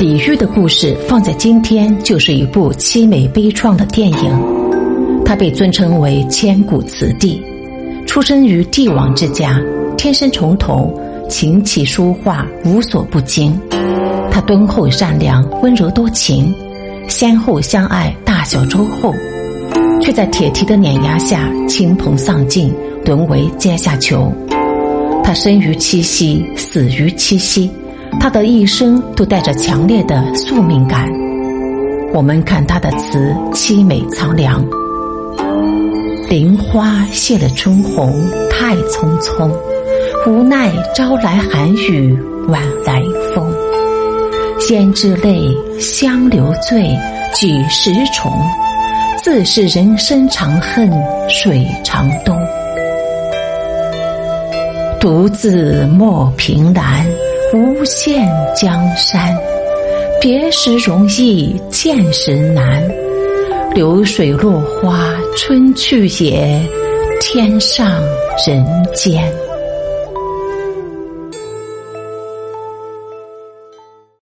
李煜的故事放在今天就是一部凄美悲怆的电影。他被尊称为千古词帝，出生于帝王之家，天生崇童，琴棋书画无所不精。他敦厚善良，温柔多情，先后相爱，大小周后，却在铁蹄的碾压下倾盆丧尽，沦为阶下囚。他生于七夕，死于七夕，他的一生都带着强烈的宿命感。我们看他的词凄美苍凉，林花谢了春红，太匆匆，无奈朝来寒雨，晚来风。胭脂泪，香留醉，几时重？自是人生长恨水长东。独自莫凭栏，无限江山。别时容易见时难，流水落花春去也，天上人间。